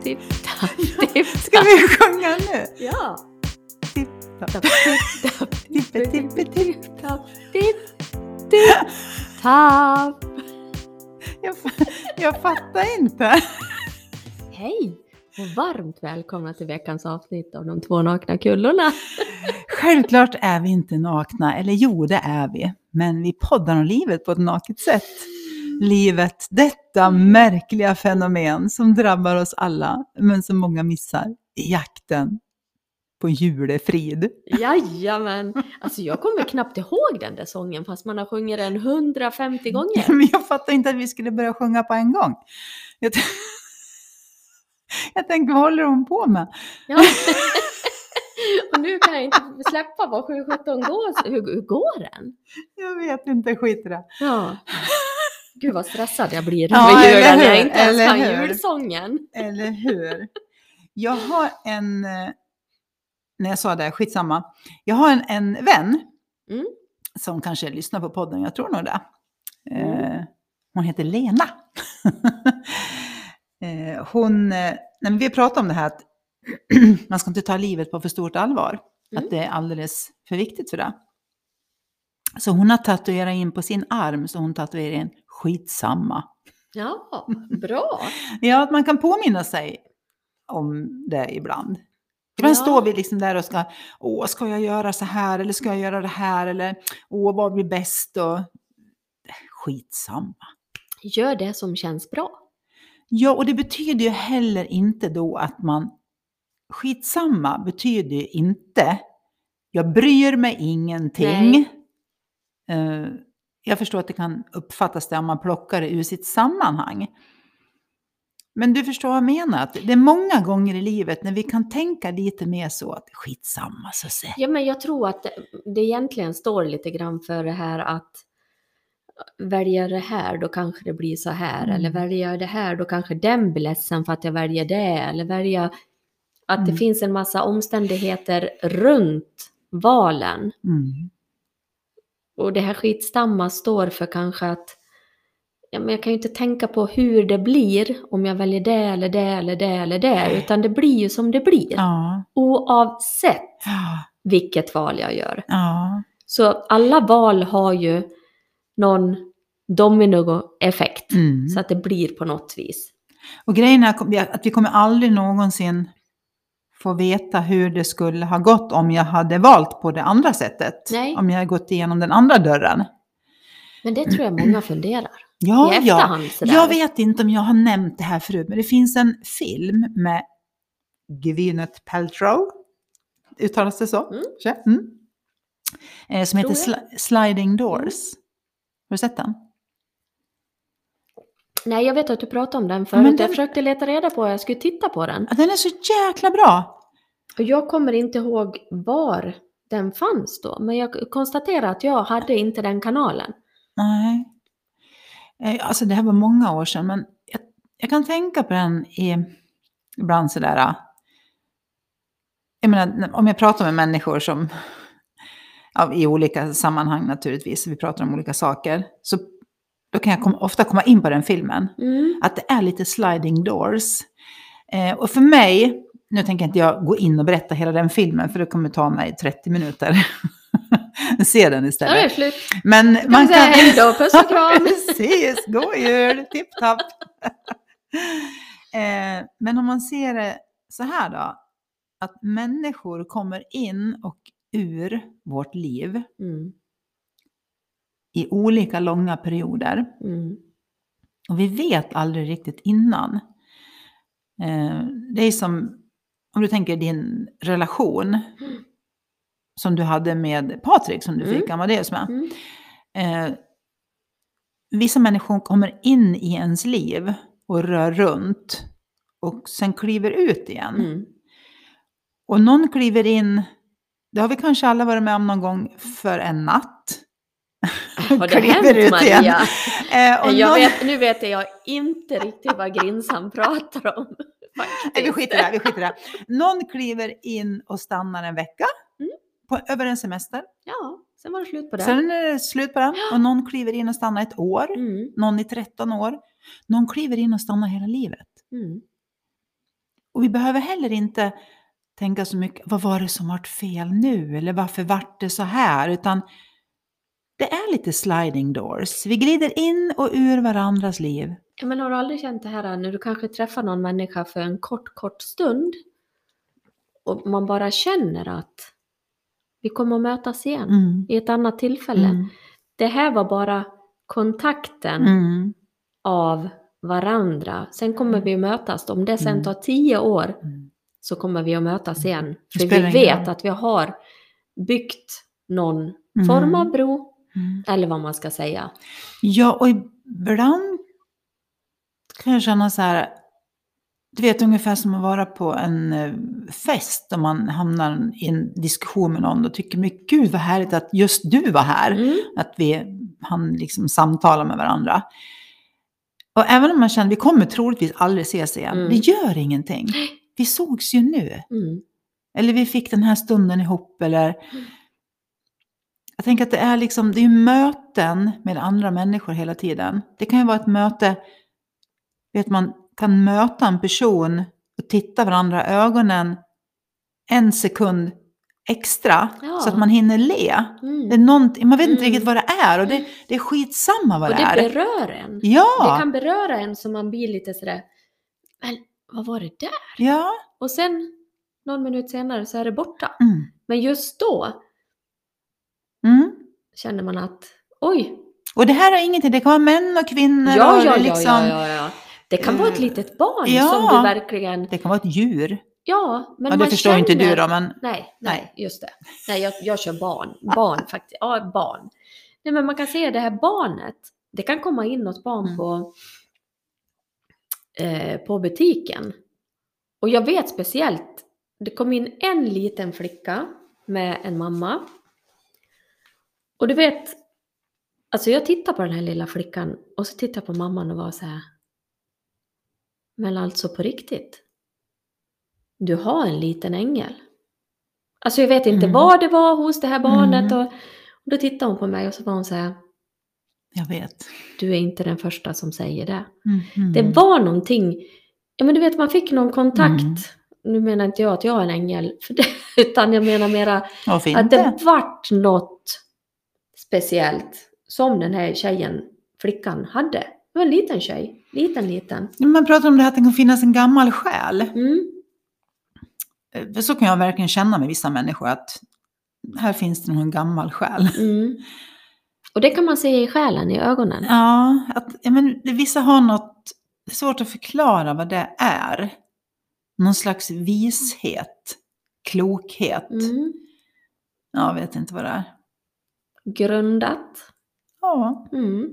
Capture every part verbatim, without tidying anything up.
tipp, tapp, tipp, Ska vi sjunga nu? Ja. Tipp, tapp, Tapp, tipp, tapp, tipp, tipp, tipp, tipp. tapp, tipp, tipp, tapp. Jag, jag fattar inte. Hej och varmt välkomna till veckans avsnitt av de två nakna kullorna. Självklart är vi inte nakna, eller jo det är vi. Men vi poddar om livet på ett naket sätt. Livet, detta märkliga fenomen som drabbar oss alla, men som många missar i jakten på julefrid. Jajamän, alltså jag kommer knappt ihåg den där sången fast man har sjungit den hundrafemtio gånger. Men jag fattar inte att vi skulle börja sjunga på en gång. Jag, t- jag tänkte, vad håller hon på med? Ja. Och nu kan jag inte släppa vad sju sjutton går. Hur, hur går den? Jag vet inte, skit i det. Ja. Gud vad stressad jag blir Ja, över eller julen. hur, Jag inte ens eller kan hur. julsången. Eller hur? Jag har en, eh, när jag sa det, skitsamma. Jag har en, en vän Mm. som kanske lyssnar på podden, jag tror nog det. Mm. Eh, hon heter Lena. eh, hon, eh, när vi pratar om det här att man ska inte ta livet på för stort allvar. Mm. Att det är alldeles för viktigt för det. Så hon har tatuerat in på sin arm, så hon tatuerar in skitsamma. Ja, bra. Ja, att man kan påminna sig om det ibland. Ibland Ja. står vi liksom där och ska, åh, ska jag göra så här eller ska jag göra det här eller åh, vad blir bäst och skitsamma. Gör det som känns bra. Ja, och det betyder ju heller inte då att man, skitsamma betyder ju inte, jag bryr mig ingenting. Nej. Uh, jag förstår att det kan uppfattas det om man plockar det ur sitt sammanhang. Men du förstår vad jag menar, att det är många gånger i livet när vi kan tänka lite mer så att skitsamma så se. Ja, men jag tror att det, det egentligen står lite grann för det här att välja det här, då kanske det blir så här. Mm. Eller välja det här, då kanske den blir ledsen för att jag väljer det. Eller välja att det Mm. finns en massa omständigheter runt valen. Mm. Och det här skitstamma står för kanske att ja, men jag kan ju inte tänka på hur det blir om jag väljer det eller det eller det eller det. Utan det blir ju som det blir. Ja. Oavsett Ja. vilket val jag gör. Ja. Så alla val har ju någon dominoeffekt. Mm. Så att det blir på något vis. Och grejen är att vi kommer aldrig någonsin få veta hur det skulle ha gått om jag hade valt på det andra sättet. Nej. Om jag hade gått igenom den andra dörren. Men det tror jag många funderar. Ja, I efterhand ja. sådär. Jag vet inte om jag har nämnt det här förut, men det finns en film med Gwyneth Paltrow. Uttalas det så? Mm. Mm. Eh, som heter Tror jag. Sli- Sliding Doors. Mm. Har du sett den? Nej, jag vet att du pratade om den Ja, förut. men den- Jag försökte leta reda på, jag skulle titta på den. Ja, den är så jäkla bra. Och jag kommer inte ihåg var den fanns då. Men jag konstaterar att jag hade inte den kanalen. Nej. Eh, Alltså det här var många år sedan, men jag, jag kan tänka på den i, ibland sådär. Jag menar, om jag pratar med människor som, ja, i olika sammanhang naturligtvis, vi pratar om olika saker, så då kan jag kom, ofta komma in på den filmen. Mm. Att det är lite sliding doors. Eh, och för mig, nu tänker inte jag gå in och berätta hela den filmen, för det kommer ta mig trettio minuter. Se den Ja, istället. det är slut. Men Kan man vi säga kan... hej då, puss och kram. Precis, god jul, tipp-tapp. eh, men om man ser det så här då, att människor kommer in och ur vårt liv Mm. i olika långa perioder. Mm. Och vi vet aldrig riktigt innan. Eh, det är som, om du tänker din relation Mm. som du hade med Patrik, som du Mm. fick Amadeus med. Mm. Eh, vissa människor kommer in i ens liv och rör runt och sen kliver ut igen. Mm. Och någon kliver in, det har vi kanske alla varit med om någon gång, för en natt. Har det hänt, Maria? Eh, och Jag någon... vet, nu vet jag inte riktigt vad Grinsan pratar om. Faktiskt. Nej, vi skiter i det, vi skiter i det. Någon kliver in och stannar en vecka Mm. på, över en semester. Ja, sen var det slut på det. Sen är det slut på den. Och någon kliver in och stannar ett år. Mm. Någon i tretton år. Någon kliver in och stannar hela livet. Mm. Och vi behöver heller inte tänka så mycket, vad var det som vart fel nu? Eller varför vart det så här? Utan det är lite sliding doors. Vi glider in och ur varandras liv. Ja, men har du aldrig känt det här när du kanske träffar någon människa för en kort, kort stund och man bara känner att vi kommer att mötas igen Mm. i ett annat tillfälle. Mm. Det här var bara kontakten Mm. av varandra. Sen kommer vi att mötas. Om det sen Mm. tar tio år Mm. så kommer vi att mötas igen. Det För vi spelar ingen vet roll. att vi har byggt någon Mm. form av bro. Mm. Eller vad man ska säga. Ja, och ibland kan jag känna så här, du vet ungefär som att vara på en eh, fest och man hamnar i en diskussion med någon och tycker, men gud vad härligt att just du var här. Mm. Att vi han liksom samtalar med varandra. Och även om man känner, vi kommer troligtvis aldrig ses igen, Mm. det gör ingenting. Vi sågs ju nu. Mm. Eller vi fick den här stunden ihop, eller... Jag tänker att det är liksom, det är möten med andra människor hela tiden. Det kan ju vara ett möte, vet man kan möta en person och titta varandra i ögonen en sekund extra, Ja. så att man hinner le. Mm. Det är någonting, man vet inte Mm. riktigt vad det är, och det, det är skitsamma vad Och det det är. berör en. Ja, Det kan beröra en så man blir lite sådär, men vad var det där? ja. Och sen någon minut senare så är det borta. Mm. Men just då Mm. känner man att, oj, Och det här är ingenting, det kan vara män och kvinnor. ja, och ja, ja, liksom, ja, ja, ja. Det kan vara ett litet barn Ja. som du verkligen, Det kan vara ett djur. ja, men Ja, det man förstår känner... inte du då, men... Nej, nej, Nej. just det. Nej, jag, jag kör barn. Barn faktiskt. Ja, barn. Nej, men man kan se det här barnet. Det kan komma in något barn Mm. på, eh, på butiken. Och jag vet speciellt, det kom in en liten flicka med en mamma. Och du vet, alltså jag tittar på den här lilla flickan och så tittar jag på mamman och var så här, men alltså på riktigt, du har en liten ängel. Alltså jag vet inte Mm. vad det var hos det här barnet. Mm. Och, och då tittade hon på mig och så var hon så här, Jag vet. du är inte den första som säger det. Mm. Mm. Det var någonting, ja men du vet man fick någon kontakt. Mm. Nu menar inte jag att jag är en ängel, för det, utan jag menar mera Varför att inte? det vart något speciellt som den här tjejen, flickan, hade. Det var en liten tjej, liten liten. Man pratar om det här att det kan finnas en gammal själ. Mm. Så kan jag verkligen känna med vissa människor, att här finns det nog en gammal själ. Mm. Och det kan man se i själen, i ögonen. Ja, att ja, men vissa har något, det är svårt att förklara vad det är. Någon slags vishet, klokhet. Mm. Ja, jag vet inte vad det är. Grundat. Ja, Mm.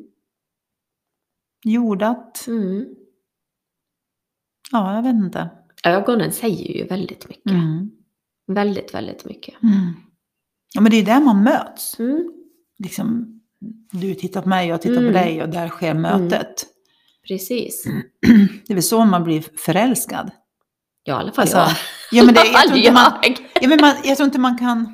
jordat. Mm. Ja, jag vet inte. Ögonen säger ju väldigt mycket. Mm. Väldigt, väldigt mycket. Mm. Ja, men det är där man möts. Mm. Liksom, du tittar på mig, jag tittar Mm. på dig och där sker mötet. Precis. Det är väl så man blir förälskad. Ja, i alla fall Alltså, jag. ja, men det, jag, tror inte man, jag. ja, men man, jag tror inte man kan...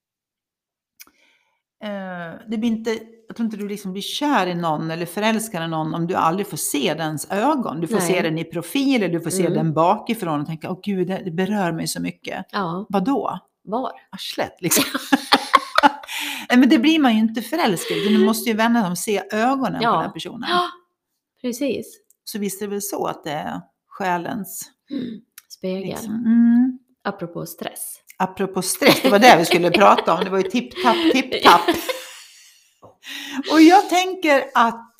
Eh, det blir inte, jag tror inte du liksom blir kär i någon eller förälskar i någon om du aldrig får se dens ögon. Du får Nej. se den i profil, eller du får se Mm. den bakifrån och tänka, åh gud, det, det berör mig så mycket. Ja, Vadå? var? Arslet liksom. Nej, men det blir man ju inte förälskad. Du måste ju vända dem och se ögonen Ja. på den här personen. Ja, precis. Så visst är det väl så att det är själens... Mm. Spegel. Liksom, mm. Apropå stress. Apropå stress, det var det vi skulle prata om. Det var ju tipp-tapp, tipp-tapp. Och jag tänker att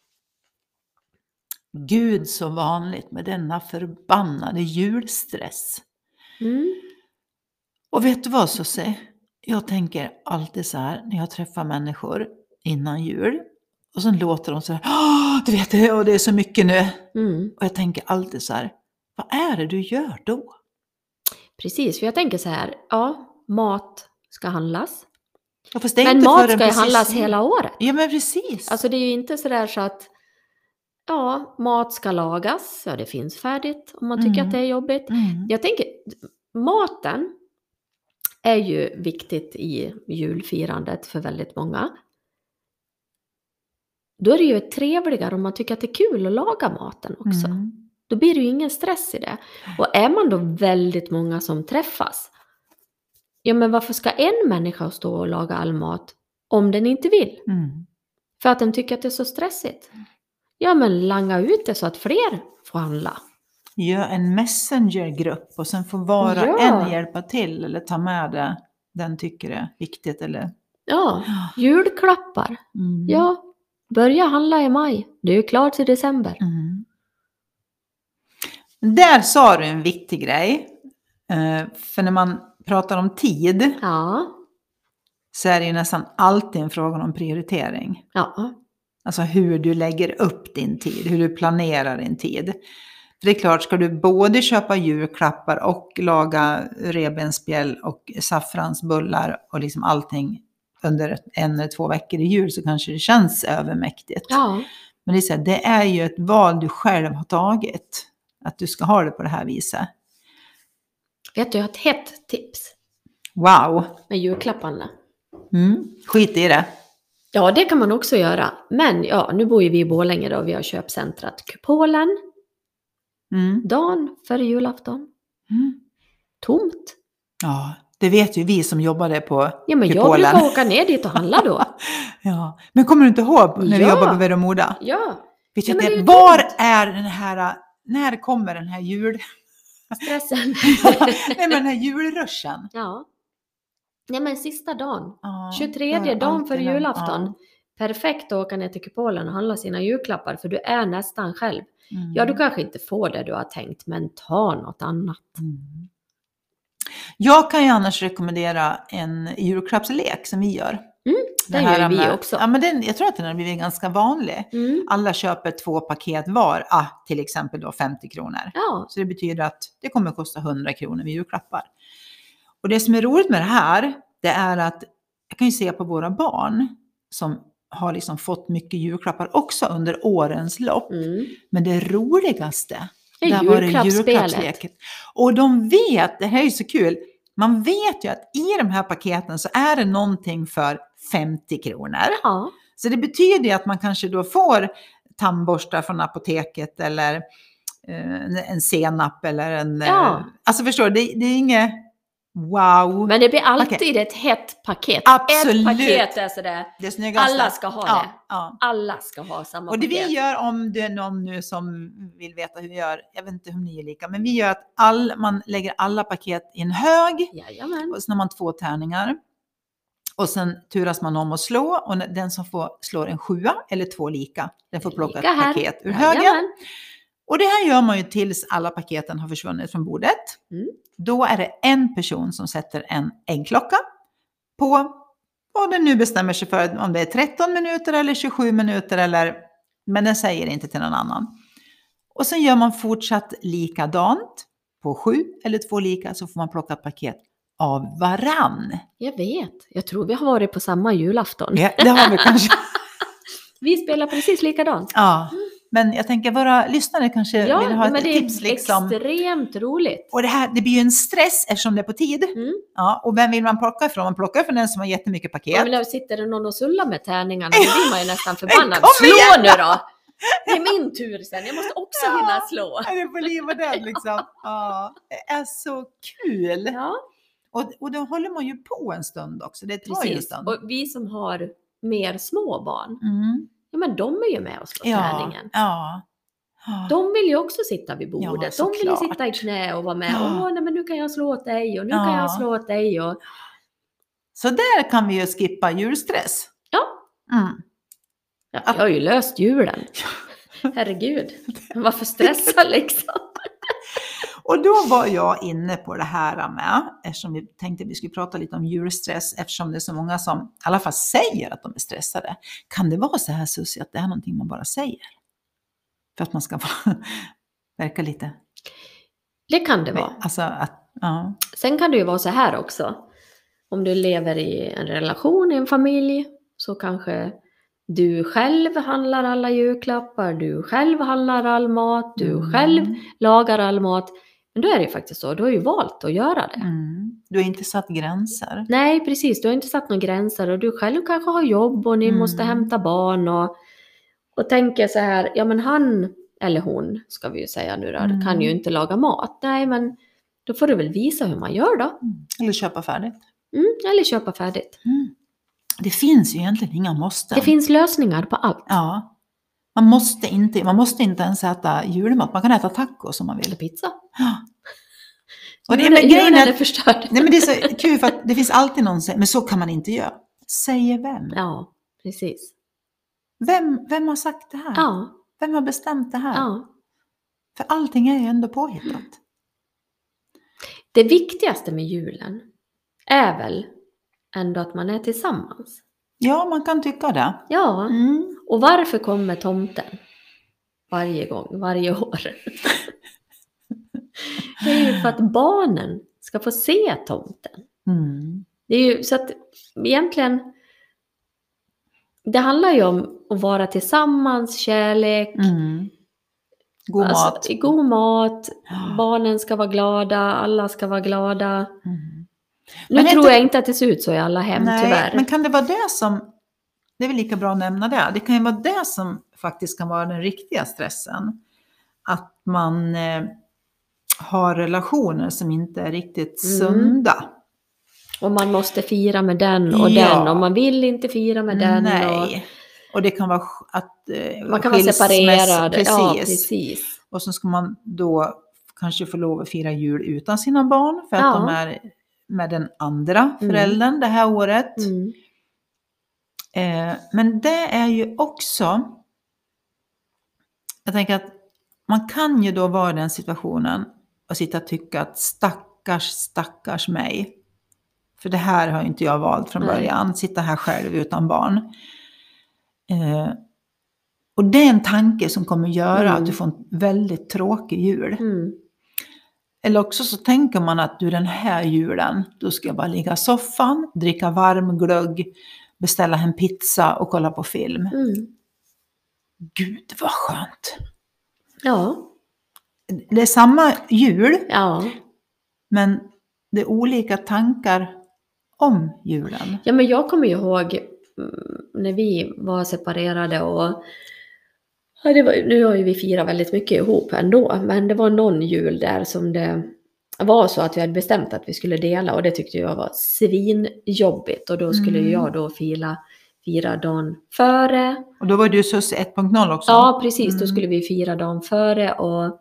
Gud, så vanligt med denna förbannade julstress. Mm. Och vet du vad, Susie? Jag tänker alltid så här när jag träffar människor innan jul. Och så låter de så här, åh, du vet det, och det är så mycket nu. Mm. Och jag tänker alltid så här, vad är det du gör då? Precis, för jag tänker så här, ja, mat ska handlas. Ja, fast det är Men inte mat förrän ska ju precis handlas nu. hela året. Ja, men precis. Alltså det är ju inte så där så att, ja, mat ska lagas. Ja, det finns färdigt om man tycker Mm. att det är jobbigt. Mm. Jag tänker, maten är ju viktigt i julfirandet för väldigt många. Då är det ju trevligare om man tycker att det är kul att laga maten också. Mm. Då blir det ju ingen stress i det. Och är man då väldigt många som träffas, ja men varför ska en människa stå och laga all mat om den inte vill? Mm. För att den tycker att det är så stressigt. Ja men langa ut det så att fler får handla. Gör en messengergrupp och sen får var och Ja. en hjälpa till eller ta med det den tycker är viktigt. Eller... Ja, julklappar. Mm. Ja, börja handla i maj. Det är ju klart till december. Mm. Där sa du en viktig grej. Eh, för när man pratar om tid Ja, så är det ju nästan alltid en fråga om prioritering. ja, Alltså hur du lägger upp din tid, hur du planerar din tid. För det är klart, ska du både köpa julklappar och laga revbensspjäll och saffransbullar och liksom allting under en eller två veckor i jul så kanske det känns övermäktigt. ja. Men det är, så här, det är ju ett val du själv har tagit. Att du ska ha det på det här viset. Vet du, jag har ett hett tips Wow! med julklapparna. Mm. Skit i det. Ja, det kan man också göra. Men ja, nu bor ju vi i Borlänge då. Vi har köpcentrat Kupolen. Mm. Dagen före julafton. Mm. Tomt. Ja, det vet ju vi som jobbade på Ja, men jag Kupolen. brukar åka ner dit och handla då. Ja, men kommer du inte ihåg när vi Ja. jobbade på Veromoda? Ja, Vet Ja, jag men det är det, ju var tomt. är den här, när kommer den här jul... stressen. Nej men den här julruschen. Ja. Nej, men sista dagen. Ja, tjugotredje ja, dagen allt före det där. julafton. Ja. Perfekt att åka ner till Kupolen och handla sina julklappar. För du är nästan själv. Mm. Ja, du kanske inte får det du har tänkt. Men ta något annat. Mm. Jag kan ju annars rekommendera en julklappslek som vi gör. Mm, Det den här gör vi med- också. Ja, men den, jag tror att den har blivit ganska vanlig. Mm. Alla köper två paket var, ah, till exempel då femtio kronor. Ja. Så det betyder att det kommer att kosta hundra kronor med julklappar. Och det som är roligt med det här, det är att jag kan ju se på våra barn som har liksom fått mycket julklappar också under årens lopp. Mm. Men det roligaste, Det är där var det julklappsspelet. julklappsleken. Och de vet, det här är ju så kul, man vet ju att i de här paketen så är det någonting för femtio kronor. Ja. Så det betyder ju att man kanske då får tandborstar från apoteket eller eh, en senap eller en... Ja. Eh, alltså förstår du, det, det är inget wow. Men det blir alltid Okej. ett hett paket. Absolut. Ett paket är sådär. Det snyggaste. Alla ska ha ja, det. Ja. Alla ska ha samma Och det paket. vi gör, om det är någon nu som vill veta hur vi gör, jag vet inte hur ni är lika, men vi gör att all, man lägger alla paket i en hög Jajamän. och sen har man två tärningar. Och sen turas man om att slå och den som får slår en sjua eller två lika, den får plocka Lika ett här. paket ur Jajamän. högen. Och det här gör man ju tills alla paketen har försvunnit från bordet. Mm. Då är det en person som sätter en äggklocka på vad den nu bestämmer sig för, om det är tretton minuter eller tjugosju minuter, eller, men den säger inte till någon annan. Och sen gör man fortsatt likadant på sju eller två lika, så får man plocka ett paket av varann. Jag vet. Jag tror vi har varit på samma julafton. Ja, det har vi kanske. Vi spelar precis likadant. Ja, men jag tänker våra lyssnare kanske Ja, vill ha men ett det är tips liksom. extremt roligt. Och det här, det blir ju en stress eftersom det är på tid. Mm. Ja, och vem vill man plocka ifrån? Man plockar från den som har jättemycket Ja, paket. men då sitter det någon och sullar med tärningarna, då blir man ju nästan förbannad. Kom Slå igen! nu då! Det är min tur sen, jag måste också Ja. hinna slå. Är det på liv och död liksom? Ja, det är så kul. Ja, Och, och då håller man ju på en stund också. Det tar ju en precis. stund. Och vi som har mer små barn, Mm. ja men de är ju med oss på Ja, träningen. ja. Ja. De vill ju också sitta vid Ja, bordet. de vill ju såklart. sitta i knä och vara med. Ja. Åh, nej men nu kan jag slå åt dig och nu Ja. kan jag slå åt dig. Och... Så där kan vi ju skippa julstress. Ja. Mm. Ja, jag har ju löst julen. Herregud, varför stressa liksom? Och då var jag inne på det här med, eftersom vi tänkte att vi skulle prata lite om julstress, eftersom det är så många som i alla fall säger att de är stressade. Kan det vara så här, Susie, att det är någonting man bara säger? För att man ska verka lite... Det kan det vara. Alltså att, ja. Sen kan det ju vara så här också. Om du lever i en relation, i en familj, så kanske du själv handlar alla julklappar, du själv handlar all mat, du Mm. själv lagar all mat. Men då är det ju faktiskt så, du har ju valt att göra det. Mm. Du har inte satt gränser. Nej, precis, du har inte satt några gränser och du själv kanske har jobb och ni Mm. måste hämta barn och, och tänker så här, ja men han eller hon ska vi ju säga nu då, Mm. kan ju inte laga mat. Nej, men då får du väl visa hur man gör då. Mm. Eller köpa färdigt. Mm, eller köpa färdigt. Mm. Det finns ju egentligen inga måsten. Det finns lösningar på allt. Ja. Man måste inte, man måste inte ens äta julmat. Man kan äta tacos om man Eller vill. pizza. Ja. Och det, Julen- men grejen julen är är att- förstörd. Nej, men det är så kul för att det finns alltid någon som säger, men så kan man inte göra. Säger vem? Ja, precis. Vem, vem har sagt det här? Ja, Vem har bestämt det här? ja. För allting är ju ändå påhittat. Det viktigaste med julen är väl ändå att man är tillsammans. Ja, man kan tycka det. Ja, Mm. och varför kommer tomten varje gång, varje år? Det är ju för att barnen ska få se tomten. Mm. Det är ju så att egentligen, det handlar ju om att vara tillsammans, kärlek, Mm. God alltså, mat. god mat, Ja. barnen ska vara glada, alla ska vara glada. Mm. Nu Men är tror inte- jag inte att det ser ut så i alla hem, Nej, tyvärr. men kan det vara det som, det är väl lika bra att nämna det. Det kan ju vara det som faktiskt kan vara den riktiga stressen. Att man eh, har relationer som inte är riktigt Mm. sunda. Och man måste fira med den och Ja. den och man vill inte fira med den. Nej. Och det kan vara sk- att eh, Och man kan vara skilsmässa- separerad. Precis. Ja, precis. Och så ska man då kanske få lov att fira jul utan sina barn för att Ja. de är med den andra Mm. föräldern det här året. Mm. Eh, men det är ju också, jag tänker att man kan ju då vara i den situationen och sitta och tycka att stackars, stackars mig. För det här har ju inte jag valt från Nej. början, sitta här själv utan barn. Eh, och det är en tanke som kommer göra Mm. att du får en väldigt tråkig jul. Mm. Eller också så tänker man att du den här julen, då ska jag bara ligga i soffan, dricka varm glögg, beställa en pizza och kolla på film. Mm. Gud vad skönt! Ja, Det är samma jul, ja. men det är olika tankar om julen. Ja, men jag kommer ju ihåg mm, när vi var separerade och ja, det var, nu har ju vi firat väldigt mycket ihop ändå, men det var någon jul där som det var så att vi hade bestämt att vi skulle dela och det tyckte jag var svinjobbigt och då skulle Mm. jag då fira, fira dagen före. Och då var du Sussie ett punkt noll också. Ja, precis, då Mm. skulle vi fira dagen före och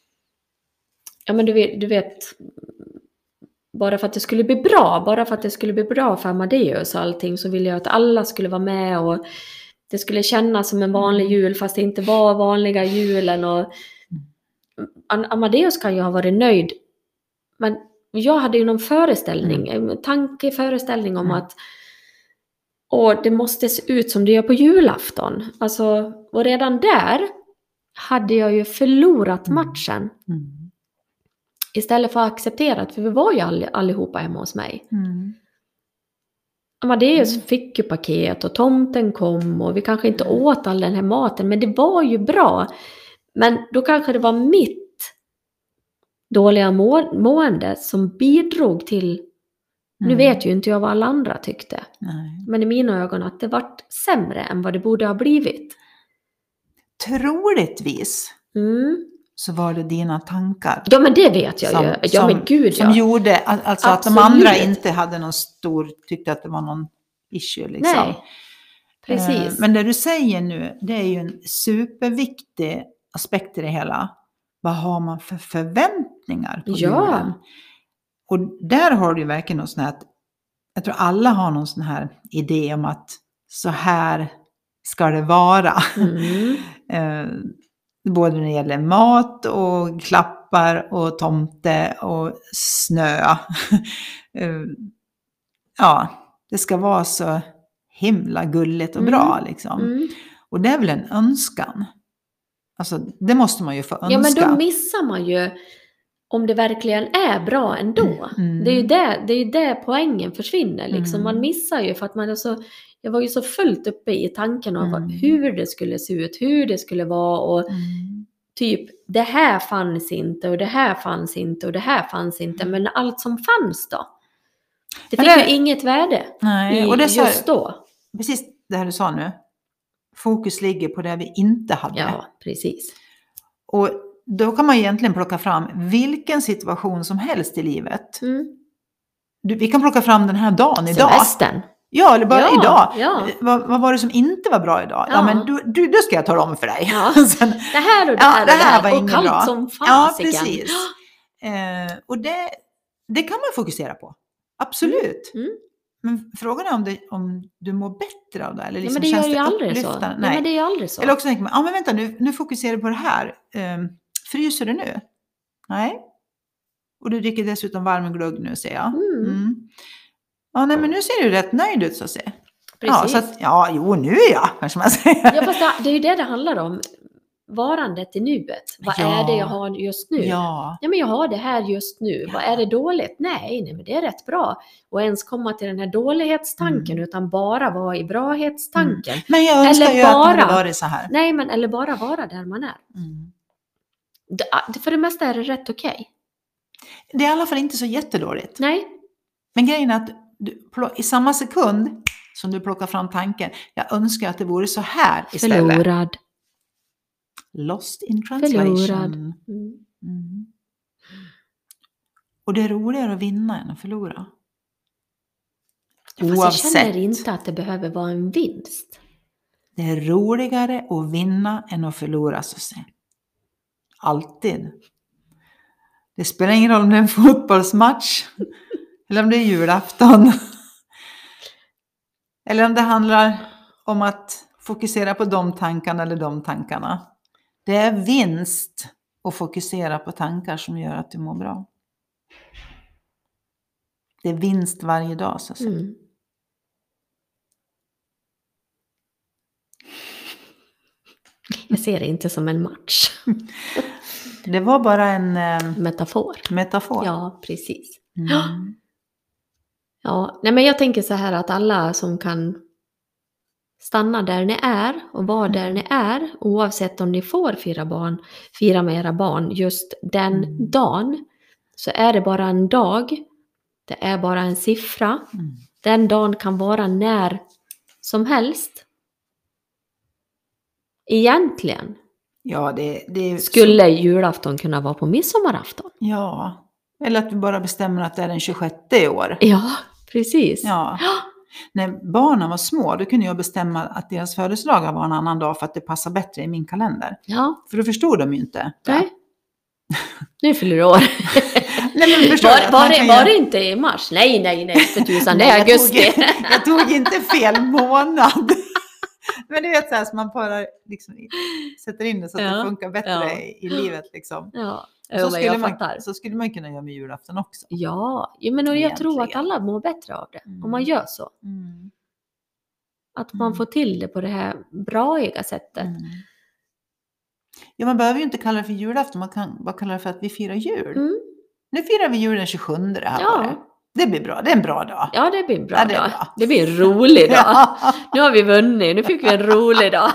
ja, men du vet, du vet bara för att det skulle bli bra, bara för att det skulle bli bra för Amadeus och allting så ville jag att alla skulle vara med och det skulle kännas som en vanlig jul fast det inte var vanliga julen och Am- Amadeus kan ju ha varit nöjd men jag hade ju någon föreställning, en tankeföreställning om Mm. att och det måste se ut som det gör på julafton. Alltså, och redan där hade jag ju förlorat Mm. matchen. Mm. Istället för att acceptera att för vi var ju all, allihopa hemma hos mig. Mm. Amadeus Mm. fick ju paket och tomten kom och vi kanske inte åt all den här maten. Men det var ju bra. Men då kanske det var mitt dåliga må, mående som bidrog till, nu Mm. vet ju inte jag vad alla andra tyckte. Nej. Men i mina ögon att det vart sämre än vad det borde ha blivit. Troligtvis Mm. så var det dina tankar. Ja men det vet jag Som- ju. Ja men gud Som ja. gjorde att- alltså att de Absolut. andra inte hade någon stor, tyckte att det var någon issue liksom. Nej. Precis. Eh, Men det du säger nu, det är ju en superviktig aspekt i det hela. Vad har man för förväntningar på Ja. julen? Och där har du ju verkligen någon sån här, att- jag tror alla har någon sån här idé om att så här ska det vara. Mm. Eh, både när det gäller mat och klappar och tomte och snö. Eh, ja, det ska vara så himla gulligt och Mm. bra liksom. Mm. Och det är väl en önskan. Alltså det måste man ju få önska. Ja men då missar man ju om det verkligen är bra ändå. Mm. Det är ju det, det är ju där poängen försvinner liksom. Mm. Man missar ju för att man är så, jag var ju så fullt uppe i tanken av Mm. hur det skulle se ut, hur det skulle vara och Mm. typ det här fanns inte och det här fanns inte och det här fanns inte. Men allt som fanns då? Det Men fick det- ju inget värde Nej, i och det är så, just då. precis det här du sa nu. Fokus ligger på det vi inte hade. Ja, precis. Och då kan man egentligen plocka fram vilken situation som helst i livet. Mm. Du, vi kan plocka fram den här dagen idag. Semestern. Ja, eller bara Ja, idag. ja. Vad, vad var det som inte var bra idag? Ja, Ja. men du, du, då ska jag tala om för dig. Ja. Sen, Det här och det ja, här och det det här här. var Och inget kallt bra. som Ja, fasiken. precis. Eh, och det, det kan man fokusera på. Absolut. Mm. Men frågan är om, det, om du mår bättre av det. Eller Ja, liksom men det gör känns ju det aldrig så. upplyftande? Nej. Nej. Men det är ju aldrig så. Eller också tänker man, ja men vänta nu, nu fokuserar du på det här. Um, fryser du nu? Nej. Och du dricker dessutom varm glögg nu, ser jag. Mm. Mm. Ja, nej men nu ser du rätt nöjd ut så att säga. Precis. Ja, så att, ja, jo nu är jag, kanske man säger. Ja, fast det, det är ju det det handlar om. Varandet i nuet. Vad Ja. är det jag har just nu? Ja. Ja, men jag har det här just nu. Vad är det dåligt? Nej, nej, men det är rätt bra. Och ens komma till den här dålighetstanken Mm. utan bara vara i brahetstanken. Mm. Men jag önskar Eller ju att det hade bara- varit så här. Nej, men eller bara vara där man är. Mm. Det, för det mesta är det rätt okej. Det är i alla fall inte så jättedåligt. Nej, Men grejen är att du, plo- i samma sekund som du plockar fram tanken, jag önskar att det vore så här istället. förlorad. Lost in translation. Förlorad. Mm. Mm. Och det är roligare att vinna än att förlora. Fast jag Oavsett. känner inte att det behöver vara en vinst. Det är roligare att vinna än att förlora, så att säga. Alltid. Det spelar ingen roll om det är en fotbollsmatch. Eller om det är julafton. Eller om det handlar om att fokusera på de tankarna eller de tankarna. Det är vinst att fokusera på tankar som gör att du mår bra. Det är vinst varje dag, så att säga. Mm. Jag ser det inte som en match. Det var bara en eh, Metafor. metafor. Ja, precis. Mm. Ja, nej men jag tänker så här att alla som kan stanna där ni är och vara där ni är, oavsett om ni får fira barn, fira med era barn just den Mm. dagen, så är det bara en dag, det är bara en siffra. Mm. Den dagen kan vara när som helst. Egentligen Ja, det, det är skulle julafton kunna vara på midsommarafton. Ja, eller att vi bara bestämmer att det är den tjugosjätte i år. Ja, precis. Ja. När barnen var små, då kunde jag bestämma att deras födelsedagar var en annan dag för att det passar bättre i min kalender. Ja, För då förstod de ju inte. nej. Nu fyller du år. Nej, men förstår du Var, att var, man det, kan var göra- det inte i mars? Nej, nej, nej, för tusan, det Nej, är jag augusti. tog, jag tog inte fel månad. Men du vet så här, så man bara liksom sätter in det så att Ja, det funkar bättre ja. i, i livet liksom. Ja, Så jo, men skulle, jag man, fattar. så skulle man kunna göra med julafton också. Ja, jo, men och jag tror att Egentligen. alla mår bättre av det. Mm. Om man gör så. Mm. Att man Mm. får till det på det här braiga sättet. Mm. Ja, man behöver ju inte kalla det för julafton, man kan bara kalla det för att vi firar jul. Mm. Nu firar vi jul den tjugosjunde det här Ja. året. Det blir bra, det är en bra dag. Ja, det blir en bra Ja, det är dag. bra. Det blir en rolig dag. Ja. Nu har vi vunnit, nu fick vi en rolig dag.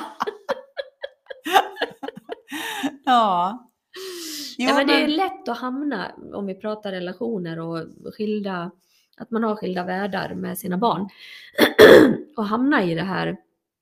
Ja. Jo, Nej, men det är men- lätt att hamna, om vi pratar relationer och skilda, att man har skilda världar med sina barn. Och hamna i det här.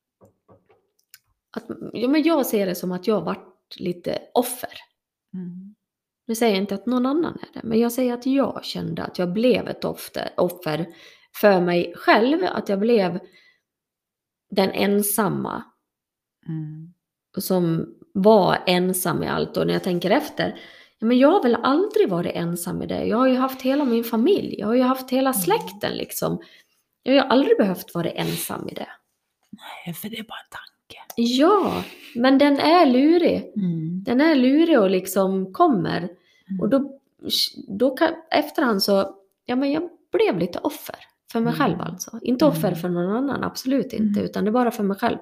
Att, ja, men jag ser det som att jag har varit lite offer. Mm. Nu säger jag inte att någon annan är det, men jag säger att jag kände att jag blev ett offer, offer för mig själv. Att jag blev den ensamma Mm. som var ensam i allt. Och när jag tänker efter, ja, men jag har väl aldrig varit ensam i det. Jag har ju haft hela min familj, jag har ju haft hela släkten liksom. Jag har ju aldrig behövt vara ensam i det. Nej, för det är bara en tanke. Ja, men den är lurig. Mm. Den är lurig och liksom kommer. Mm. Och då, då kan, efterhand så, ja men jag blev lite offer för mig Mm. själv alltså. Inte offer Mm. för någon annan, absolut inte. Mm. Utan det är bara för mig själv.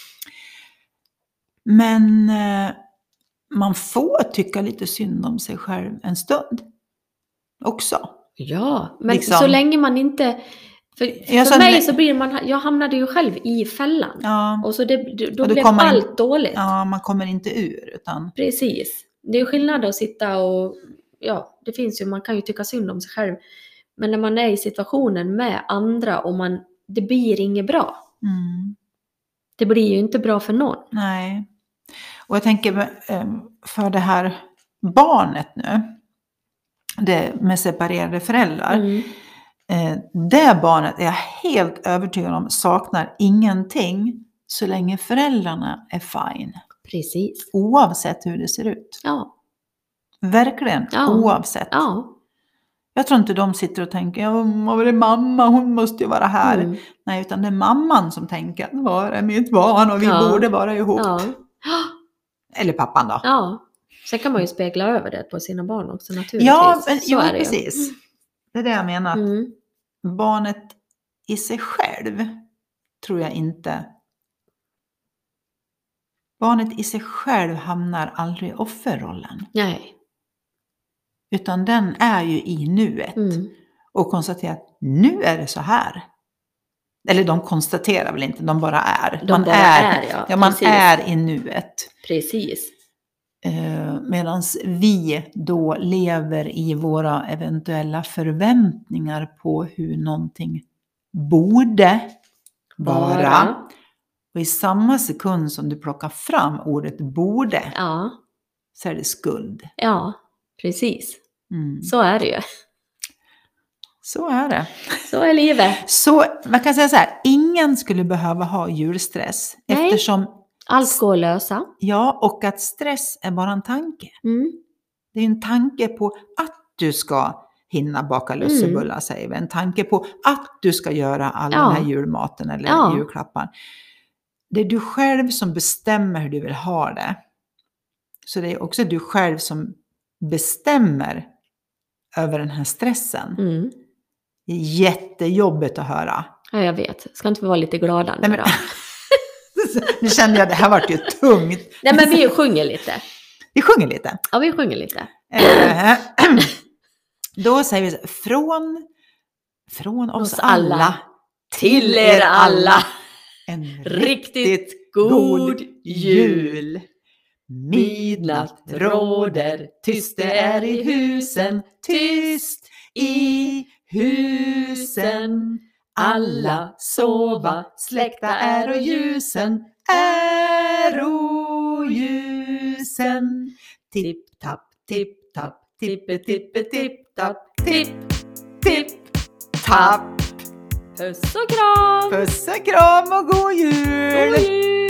Men eh, man får tycka lite synd om sig själv en stund. Också. Ja, men Liksom. så länge man inte... För, Jag för sa mig nej- så blir man... Jag hamnade ju själv i fällan. Ja, Och så det, då Och då blev kommer in- allt dåligt. ja, man kommer inte ur. Utan, Precis. Det är ju skillnad att sitta och... Ja, det finns ju... Man kan ju tycka synd om sig själv. Men när man är i situationen med andra och man... Det blir inget bra. mm, Det blir ju inte bra för någon. nej. Och jag tänker eh, för det här barnet nu, det med separerade föräldrar. Mm. Eh, det barnet är jag helt övertygad om saknar ingenting så länge föräldrarna är fine. Precis. Oavsett hur det ser ut. Ja. Verkligen, Ja. oavsett. Ja. Jag tror inte de sitter och tänker, ja, vad är det mamma, hon måste ju vara här. Mm. Nej, utan det är mamman som tänker, var är mitt barn och vi Ja. borde vara ihop. Ja. Eller pappan då. Ja. Sen kan man ju spegla över det på sina barn också naturligtvis. Ja, men, Så ja är det ju. precis. Det är det jag menar. Mm. Barnet i sig själv tror jag inte. Barnet i sig själv hamnar aldrig i offerrollen. Nej. Utan den är ju i nuet. Mm. Och konstaterar att nu är det så här. Eller de konstaterar väl inte, de bara är. De man bara är, är, ja. ja man Precis. är i nuet. Precis. Eh, Medan vi då lever i våra eventuella förväntningar på hur någonting borde vara. Bara. Och i samma sekund som du plockar fram ordet borde Ja. så är det skuld. Ja. Precis. Mm. Så är det ju. Så är det. Så är livet. Så man kan säga så här, ingen skulle behöva ha julstress. Nej. Eftersom, Allt går att lösa. ja, och att stress är bara en tanke. Mm. Det är en tanke på att du ska hinna baka lussebullar, mm. säger vi. En tanke på att du ska göra all Ja. den här julmaten eller Ja. julklappar. Det är du själv som bestämmer hur du vill ha det. Så det är också du själv som bestämmer över den här stressen. Mm. Det är jättejobbigt att höra. Ja, jag vet. Ska inte vi vara lite glada nu Nej, men, då? nu kände jag att det här var ju tungt. Nej, men vi sjunger lite. Vi sjunger lite. Ja, vi sjunger lite. Eh, då säger vi så, från, från oss alla, alla till er alla. En Riktigt god jul. Midnatt råder, tyst det är i husen, tyst i husen. Alla sova, släckta är och ljusen, är och ljusen. Tipp, tapp, tipp, tapp, tippe, tippe, tipp, tapp, tipp, tipp, tapp. Puss och kram! Puss och kram och god jul! God jul!